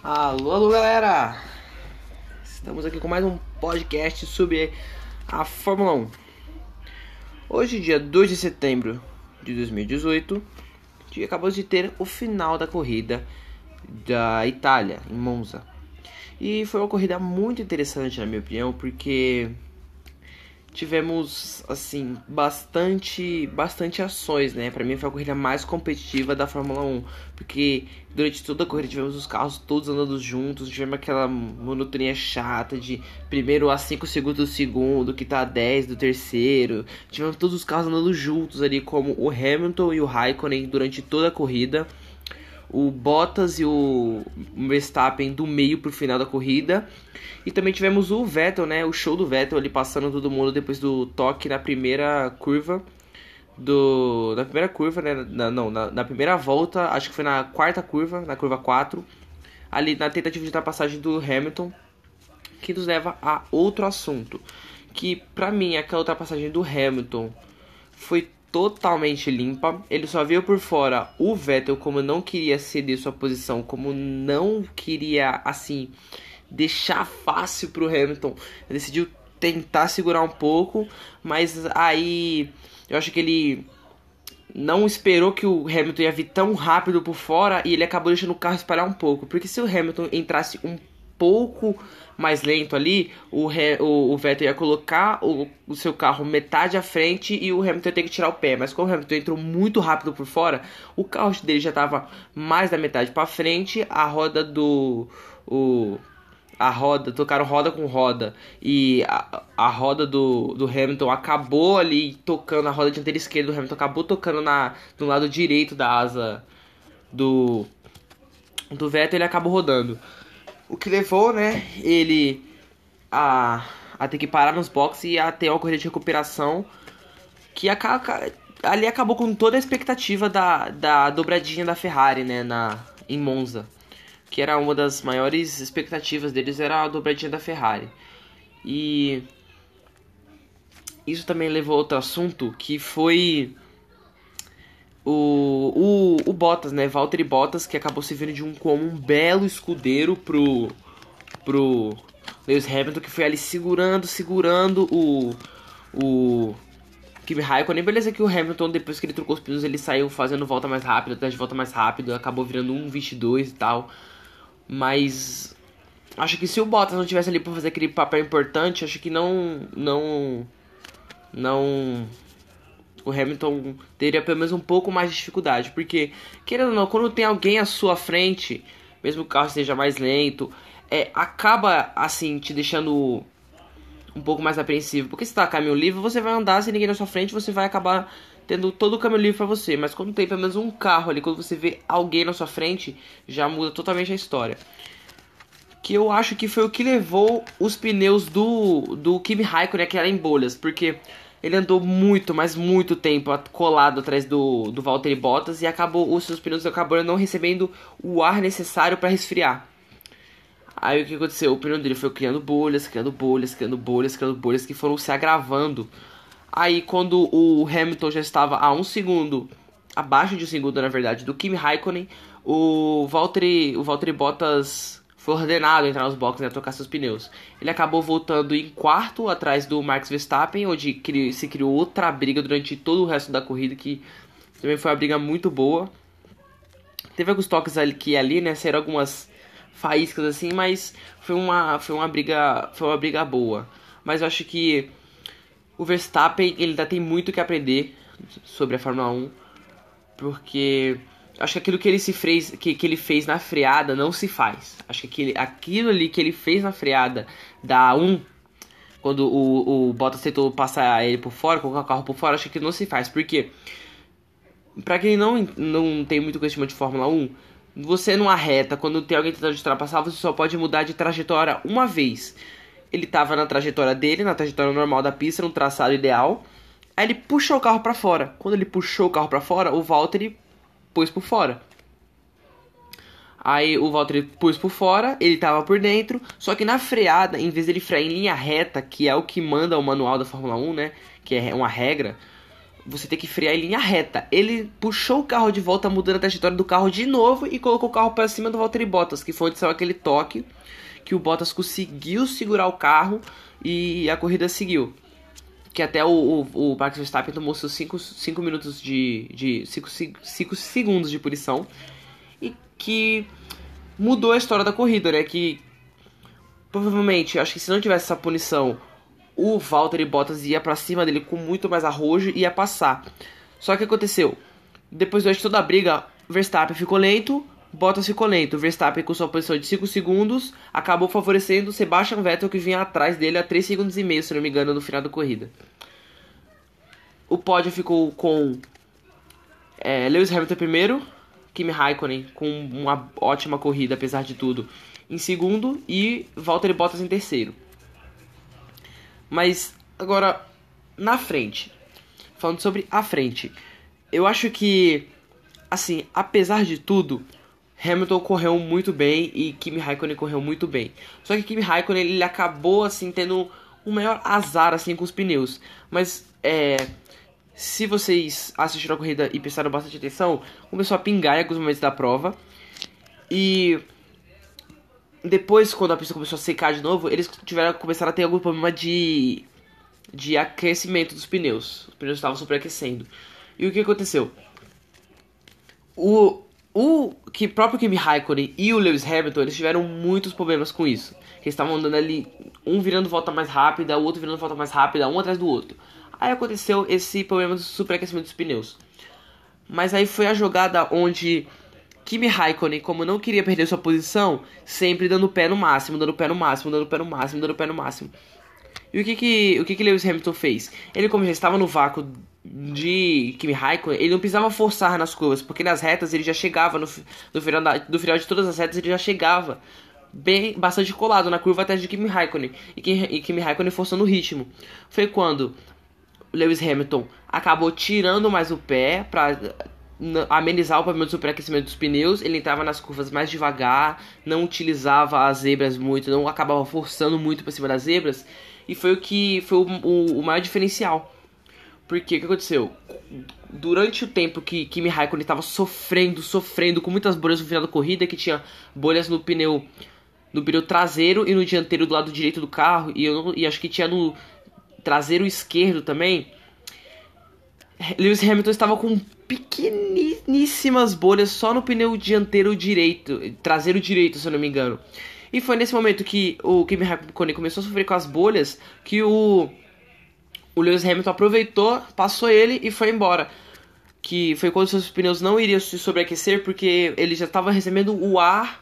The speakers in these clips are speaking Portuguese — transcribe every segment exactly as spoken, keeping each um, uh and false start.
Alô, alô, galera! Estamos aqui com mais um podcast sobre a Fórmula um. Hoje, dia dois de setembro de dois mil e dezoito, dia acabou de ter o final da corrida da Itália, em Monza. E foi uma corrida muito interessante, na minha opinião, porque tivemos, assim, bastante, bastante ações, né? Pra mim foi a corrida mais competitiva da Fórmula um, porque durante toda a corrida tivemos os carros todos andando juntos, tivemos aquela monotonia chata de primeiro a cinco segundos do segundo, que tá a dez do terceiro, tivemos todos os carros andando juntos ali, como o Hamilton e o Raikkonen durante toda a corrida, o Bottas e o Verstappen do meio pro final da corrida. E também tivemos o Vettel, né? O show do Vettel ali passando todo mundo depois do toque na primeira curva. Do, na primeira curva, né? Na, não, na, na primeira volta, acho que foi na quarta curva, na curva quatro. Ali na tentativa de ultrapassagem do Hamilton. Que nos leva a outro assunto. Que pra mim, aquela ultrapassagem do Hamilton foi totalmente limpa. Ele só viu por fora o Vettel, como não queria ceder sua posição, como não queria, assim, deixar fácil pro Hamilton. Ele decidiu tentar segurar um pouco, mas aí eu acho que ele não esperou que o Hamilton ia vir tão rápido por fora e ele acabou deixando o carro espalhar um pouco. Porque se o Hamilton entrasse um pouco mais lento ali, o, o, o Vettel ia colocar o, o seu carro metade à frente e o Hamilton ia ter que tirar o pé. Mas como o Hamilton entrou muito rápido por fora, o carro dele já estava mais da metade para frente, a roda do... O, a roda, tocaram roda com roda e a, a roda do, do Hamilton acabou ali tocando, a roda dianteira esquerda do Hamilton acabou tocando na, no lado direito da asa do, do Vettel, ele acabou rodando. O que levou, né, ele a, a ter que parar nos boxes e a ter uma corrida de recuperação que a, ali acabou com toda a expectativa da, da dobradinha da Ferrari, né, na, em Monza. Que era uma das maiores expectativas deles, era a dobradinha da Ferrari. E isso também levou a outro assunto, que foi o, o, o Bottas, né? Valtteri Bottas, que acabou servindo de um, como um belo escudeiro pro, pro Lewis Hamilton, que foi ali segurando, segurando o, o Kimi Raikkonen. Beleza que o Hamilton, depois que ele trocou os pneus, ele saiu fazendo volta mais rápida, atrás de volta mais rápido, acabou virando um vinte e dois e tal. Mas acho que se o Bottas não tivesse ali para fazer aquele papel importante, acho que não, não, não, o Hamilton teria pelo menos um pouco mais de dificuldade, porque querendo ou não, quando tem alguém à sua frente, mesmo que o carro esteja mais lento, é, acaba assim te deixando um pouco mais apreensivo, porque se tá caminho livre, você vai andar sem ninguém na sua frente, você vai acabar tendo todo o caminho livre pra você. Mas quando tem pelo menos um carro ali, quando você vê alguém na sua frente, já muda totalmente a história. Que eu acho que foi o que levou os pneus do, do Kimi Raikkonen a criarem bolhas, porque ele andou muito, mas muito tempo colado atrás do, do Valtteri Bottas e acabou, os seus pneus acabaram não recebendo o ar necessário para resfriar. Aí o que aconteceu? O pneu dele foi criando bolhas, criando bolhas, criando bolhas, criando bolhas que foram se agravando. Aí quando o Hamilton já estava a um segundo, abaixo de um segundo na verdade, do Kimi Raikkonen, o Valtteri, o Valtteri Bottas foi ordenado a entrar nos boxes e, né, trocar seus pneus. Ele acabou voltando em quarto atrás do Max Verstappen, onde se criou outra briga durante todo o resto da corrida, que também foi uma briga muito boa. Teve alguns toques aqui e ali, né, saíram algumas faíscas assim, mas foi uma, foi uma briga, foi uma briga boa. Mas eu acho que o Verstappen, ele ainda tem muito que aprender sobre a Fórmula um, porque acho que aquilo que ele, se fez, que, que ele fez na freada não se faz. Acho que aquele, aquilo ali que ele fez na freada da um, quando o, o Bottas tentou passar ele por fora, colocar o carro por fora, acho que não se faz. Porque, pra quem não, não tem muito conhecimento de Fórmula um, você numa reta, quando tem alguém tentando te ultrapassar, você só pode mudar de trajetória uma vez. Ele estava na trajetória dele, na trajetória normal da pista, no traçado ideal. Aí ele puxou o carro para fora. Quando ele puxou o carro para fora, o Valtteri pôs por fora. Aí o Valtteri pôs por fora, ele estava por dentro. Só que na freada, em vez dele frear em linha reta, que é o que manda o manual da Fórmula um, né? Que é uma regra. você tem que frear em linha reta. Ele puxou o carro de volta, mudando a trajetória do carro de novo e colocou o carro para cima do Valtteri Bottas, que foi onde saiu aquele toque que o Bottas conseguiu segurar o carro e a corrida seguiu. Que até o, o, o Max Verstappen tomou seus cinco minutos de... de cinco segundos de punição. E que mudou a história da corrida, né? Que provavelmente, acho que se não tivesse essa punição, o Valtteri Bottas ia pra cima dele com muito mais arrojo e ia passar. Só que o que aconteceu? Depois de toda a briga, Verstappen ficou lento, Bottas ficou lento. Verstappen, com sua posição de cinco segundos, acabou favorecendo Sebastian Vettel, que vinha atrás dele a três segundos e meio, se não me engano, no final da corrida. O pódio ficou com é, Lewis Hamilton primeiro, Kimi Raikkonen com uma ótima corrida, apesar de tudo, em segundo, e Valtteri Bottas em terceiro. Mas agora, na frente, falando sobre a frente, eu acho que, assim, apesar de tudo, Hamilton correu muito bem e Kimi Raikkonen correu muito bem. Só que Kimi Raikkonen, ele acabou, assim, tendo um maior azar, assim, com os pneus. Mas, é... se vocês assistiram a corrida e prestaram bastante atenção, começou a pingar em alguns momentos da prova. E depois, quando a pista começou a secar de novo, eles tiveram, começaram a ter algum problema de, de aquecimento dos pneus. Os pneus estavam superaquecendo. E o que aconteceu? O, o que próprio Kimi Raikkonen e o Lewis Hamilton, eles tiveram muitos problemas com isso. Eles estavam andando ali, um virando volta mais rápida, o outro virando volta mais rápida, um atrás do outro. Aí aconteceu esse problema do superaquecimento dos pneus. Mas aí foi a jogada onde Kimi Raikkonen, como não queria perder sua posição, sempre dando o pé no máximo, dando o pé no máximo, dando o pé no máximo, dando o pé no máximo. E o que que, o que que Lewis Hamilton fez? Ele, como já estava no vácuo de Kimi Raikkonen, ele não precisava forçar nas curvas, porque nas retas ele já chegava, no, no, final, da, no final de todas as retas ele já chegava bem, bastante colado na curva até de Kimi Raikkonen. E, e Kimi Raikkonen forçando o ritmo. Foi quando Lewis Hamilton acabou tirando mais o pé para amenizar o problema do superaquecimento dos pneus. Ele entrava nas curvas mais devagar, não utilizava as zebras muito, não acabava forçando muito para cima das zebras. E foi o que foi o, o, o maior diferencial. Porque o que aconteceu? Durante o tempo que Kimi Raikkonen estava sofrendo, sofrendo com muitas bolhas no final da corrida, que tinha bolhas no pneu, no pneu traseiro e no dianteiro do lado direito do carro, e, eu não, e acho que tinha no traseiro esquerdo também. Lewis Hamilton estava com pequeníssimas bolhas só no pneu dianteiro direito, traseiro direito, se eu não me engano. E foi nesse momento que o Kimi Raikkonen começou a sofrer com as bolhas que o, o Lewis Hamilton aproveitou, passou ele e foi embora. Que foi quando seus pneus não iriam se sobreaquecer, porque ele já estava recebendo o ar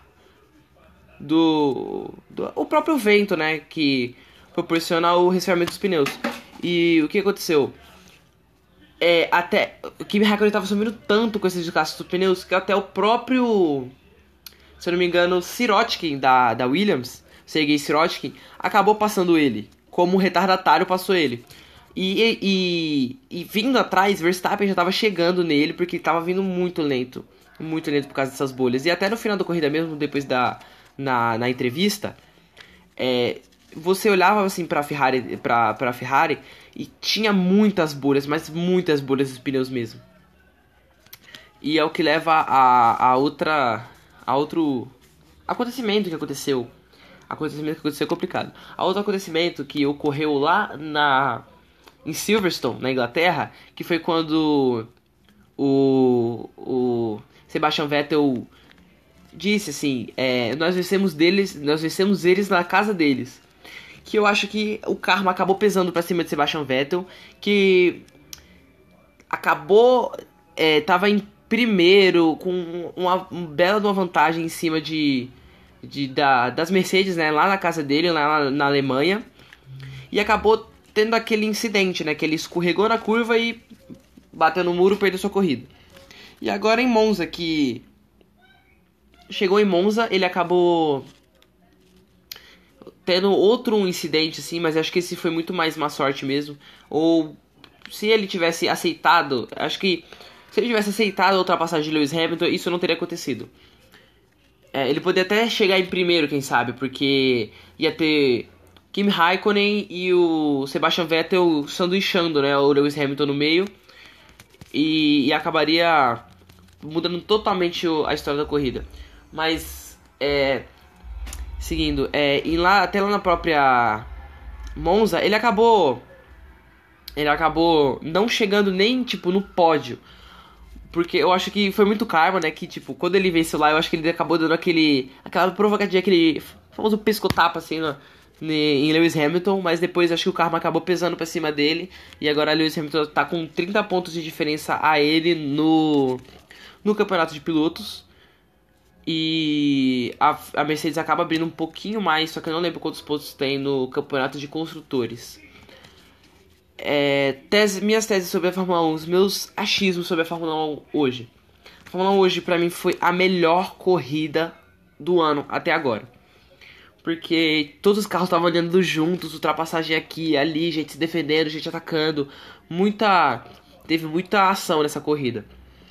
do, do o próprio vento, né, que proporciona o resfriamento dos pneus. E o que aconteceu? É, até o Kimi Raikkonen estava sumindo tanto com esses desgastes dos pneus que até o próprio, se eu não me engano, Sirotkin da, da Williams, Sergei Sirotkin, acabou passando ele. Como um retardatário passou ele. E, e, e vindo atrás, Verstappen já estava chegando nele, porque estava vindo muito lento. Muito lento por causa dessas bolhas. E até no final da corrida mesmo, depois da na, na entrevista, é, você olhava assim pra Ferrari, pra, pra Ferrari e tinha muitas bolhas, mas muitas bolhas nos pneus mesmo. E é o que leva a, a outra a outro acontecimento que aconteceu. Acontecimento que aconteceu complicado. A outro acontecimento que ocorreu lá na em Silverstone, na Inglaterra, que foi quando o, o Sebastian Vettel disse assim, é, nós vencemos deles, nós vencemos eles na casa deles. Que eu acho que o karma acabou pesando pra cima de Sebastian Vettel, que acabou, é, tava em primeiro, com uma, uma bela uma vantagem em cima de, de, da, das Mercedes, né, lá na casa dele, lá na, na Alemanha, e acabou tendo aquele incidente, né, que ele escorregou na curva e bateu no muro e perdeu sua corrida. E agora em Monza, que chegou em Monza, ele acabou tendo outro incidente, assim, mas acho que esse foi muito mais má sorte mesmo. Ou se ele tivesse aceitado, acho que se ele tivesse aceitado a ultrapassagem de Lewis Hamilton, isso não teria acontecido. É, ele poderia até chegar em primeiro, quem sabe, porque ia ter Kimi Raikkonen e o Sebastian Vettel sanduichando, né, o Lewis Hamilton no meio. e, e acabaria mudando totalmente o- a história da corrida. Mas, é, seguindo, é, e lá, até lá na própria Monza, ele acabou, ele acabou não chegando nem, tipo, no pódio. Porque eu acho que foi muito karma, né? Que, tipo, quando ele venceu lá, eu acho que ele acabou dando aquele... aquela provocadinha, aquele famoso pescotapa, assim, no, ne- em Lewis Hamilton. Mas depois acho que o karma acabou pesando pra cima dele. E agora Lewis Hamilton tá com trinta pontos de diferença a ele no, no campeonato de pilotos. E a, a Mercedes acaba abrindo um pouquinho mais, só que eu não lembro quantos pontos tem no campeonato de construtores. É, tese, minhas teses sobre a Fórmula um, os meus achismos sobre a Fórmula um hoje. A Fórmula um hoje pra mim foi a melhor corrida do ano até agora. Porque todos os carros estavam andando juntos, ultrapassagem aqui e ali, gente se defendendo, gente atacando. Muita. Teve muita ação nessa corrida.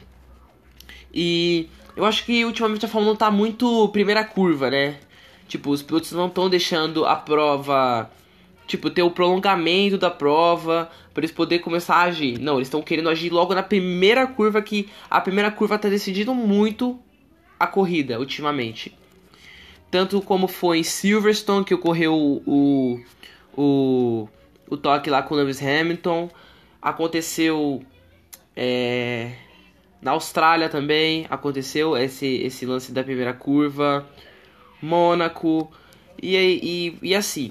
E eu acho que ultimamente a Fórmula um tá muito primeira curva, né? Tipo, os pilotos não estão deixando a prova, tipo, ter o prolongamento da prova para eles poderem começar a agir. Não, eles estão querendo agir logo na primeira curva, que a primeira curva tá decidindo muito a corrida ultimamente. Tanto como foi em Silverstone, que ocorreu o, o, o toque lá com o Lewis Hamilton. Aconteceu é, na Austrália também, aconteceu esse, esse lance da primeira curva. Mônaco. E, e, e assim,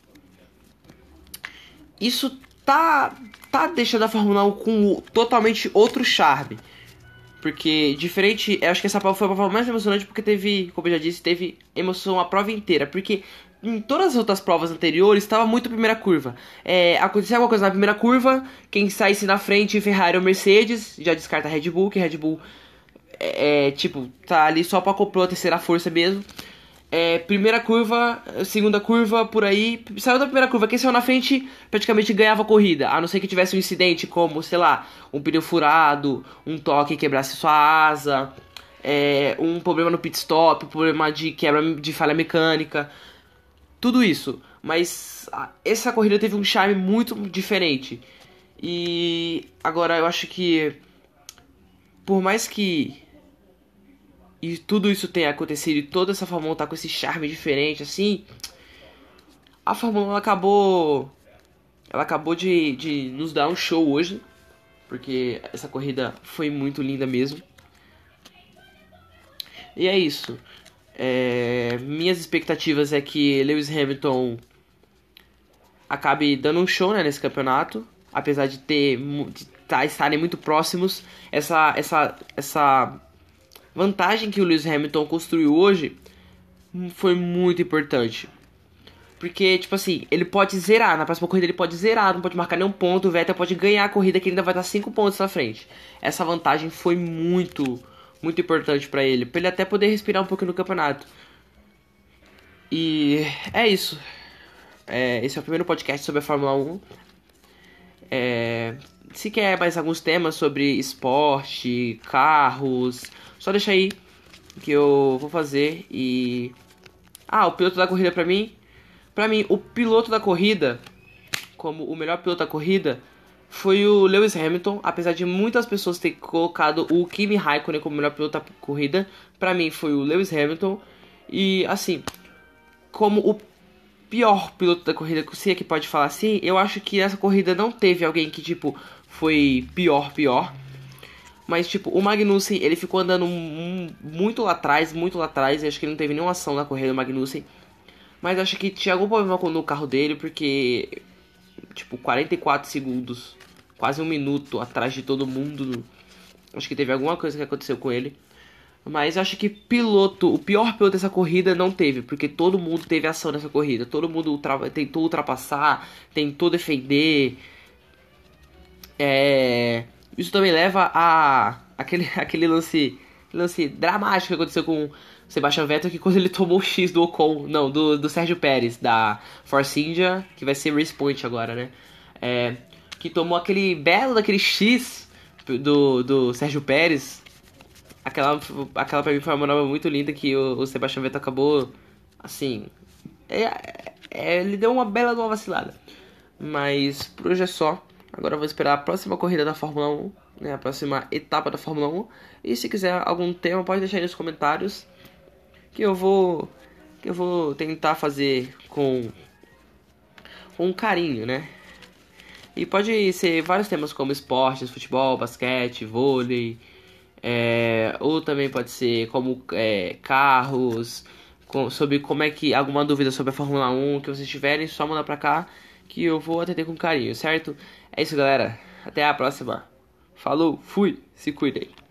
isso tá, tá deixando a Fórmula um com totalmente outro charme. Porque, diferente, eu acho que essa prova foi a prova mais emocionante porque teve, como eu já disse, teve emoção a prova inteira. Porque em todas as outras provas anteriores estava muito primeira curva. É, acontecia alguma coisa na primeira curva, quem saísse na frente, Ferrari ou Mercedes, já descarta a Red Bull, que a Red Bull é, é tipo, tá ali só pra comprar a terceira força mesmo. É, primeira curva, segunda curva, por aí. Saiu da primeira curva, quem saiu na frente praticamente ganhava a corrida. A não ser que tivesse um incidente como, sei lá, um pneu furado, um toque que quebrasse sua asa, é, um problema no pit stop, um problema de quebra de falha mecânica. Tudo isso. Mas a, essa corrida teve um charme muito diferente. E agora eu acho que, por mais que e tudo isso tenha acontecido e toda essa Fórmula um tá com esse charme diferente, assim, a Fórmula um ela acabou. Ela acabou de, de nos dar um show hoje. Porque essa corrida foi muito linda mesmo. E é isso. É, minhas expectativas é que Lewis Hamilton acabe dando um show, né, nesse campeonato. Apesar de ter de tá, estarem muito próximos. Essa, essa, essa vantagem que o Lewis Hamilton construiu hoje foi muito importante. Porque, tipo assim, ele pode zerar. Na próxima corrida ele pode zerar, não pode marcar nenhum ponto. O Vettel pode ganhar a corrida que ele ainda vai estar cinco pontos na frente. Essa vantagem foi muito, muito importante pra ele. Pra ele até poder respirar um pouco no campeonato. E é isso. É, esse é o primeiro podcast sobre a Fórmula um. É, se quer mais alguns temas sobre esporte, carros, só deixa aí que eu vou fazer. E... Ah, o piloto da corrida pra mim... Pra mim, o piloto da corrida, como o melhor piloto da corrida, foi o Lewis Hamilton. Apesar de muitas pessoas terem colocado o Kimi Raikkonen como o melhor piloto da corrida, pra mim foi o Lewis Hamilton. E assim, como o pior piloto da corrida, se é que pode falar assim, eu acho que nessa corrida não teve alguém que, tipo, foi pior, pior. Mas, tipo, o Magnussen, ele ficou andando muito lá atrás, muito lá atrás. E acho que ele não teve nenhuma ação na corrida do Magnussen. Mas acho que tinha algum problema com o carro dele, porque, tipo, quarenta e quatro segundos, quase um minuto atrás de todo mundo. Acho que teve alguma coisa que aconteceu com ele. Mas acho que piloto, o pior piloto dessa corrida não teve, porque todo mundo teve ação nessa corrida. Todo mundo ultra, tentou ultrapassar, tentou defender. É, isso também leva a aquele, aquele lance, lance dramático que aconteceu com Sebastian Vettel, que quando ele tomou o X do Ocon, não, do, do Sérgio Pérez, da Force India, que vai ser Race Point agora, né? É, que tomou aquele belo daquele X do, do Sérgio Pérez. Aquela, aquela pra mim foi uma manobra muito linda que o, o Sebastian Vettel acabou, assim... É, é, ele deu uma bela de uma vacilada. Mas por hoje é só. Agora eu vou esperar a próxima corrida da Fórmula um, né, a próxima etapa da Fórmula um. E se quiser algum tema, pode deixar aí nos comentários que eu vou que eu vou tentar fazer com com carinho, né? E pode ser vários temas como esportes, futebol, basquete, vôlei, é, ou também pode ser como é, carros, com, sobre como é que alguma dúvida sobre a Fórmula um que vocês tiverem, só mandar pra cá que eu vou atender com carinho, certo? É isso, galera. Até a próxima. Falou, fui, se cuidem.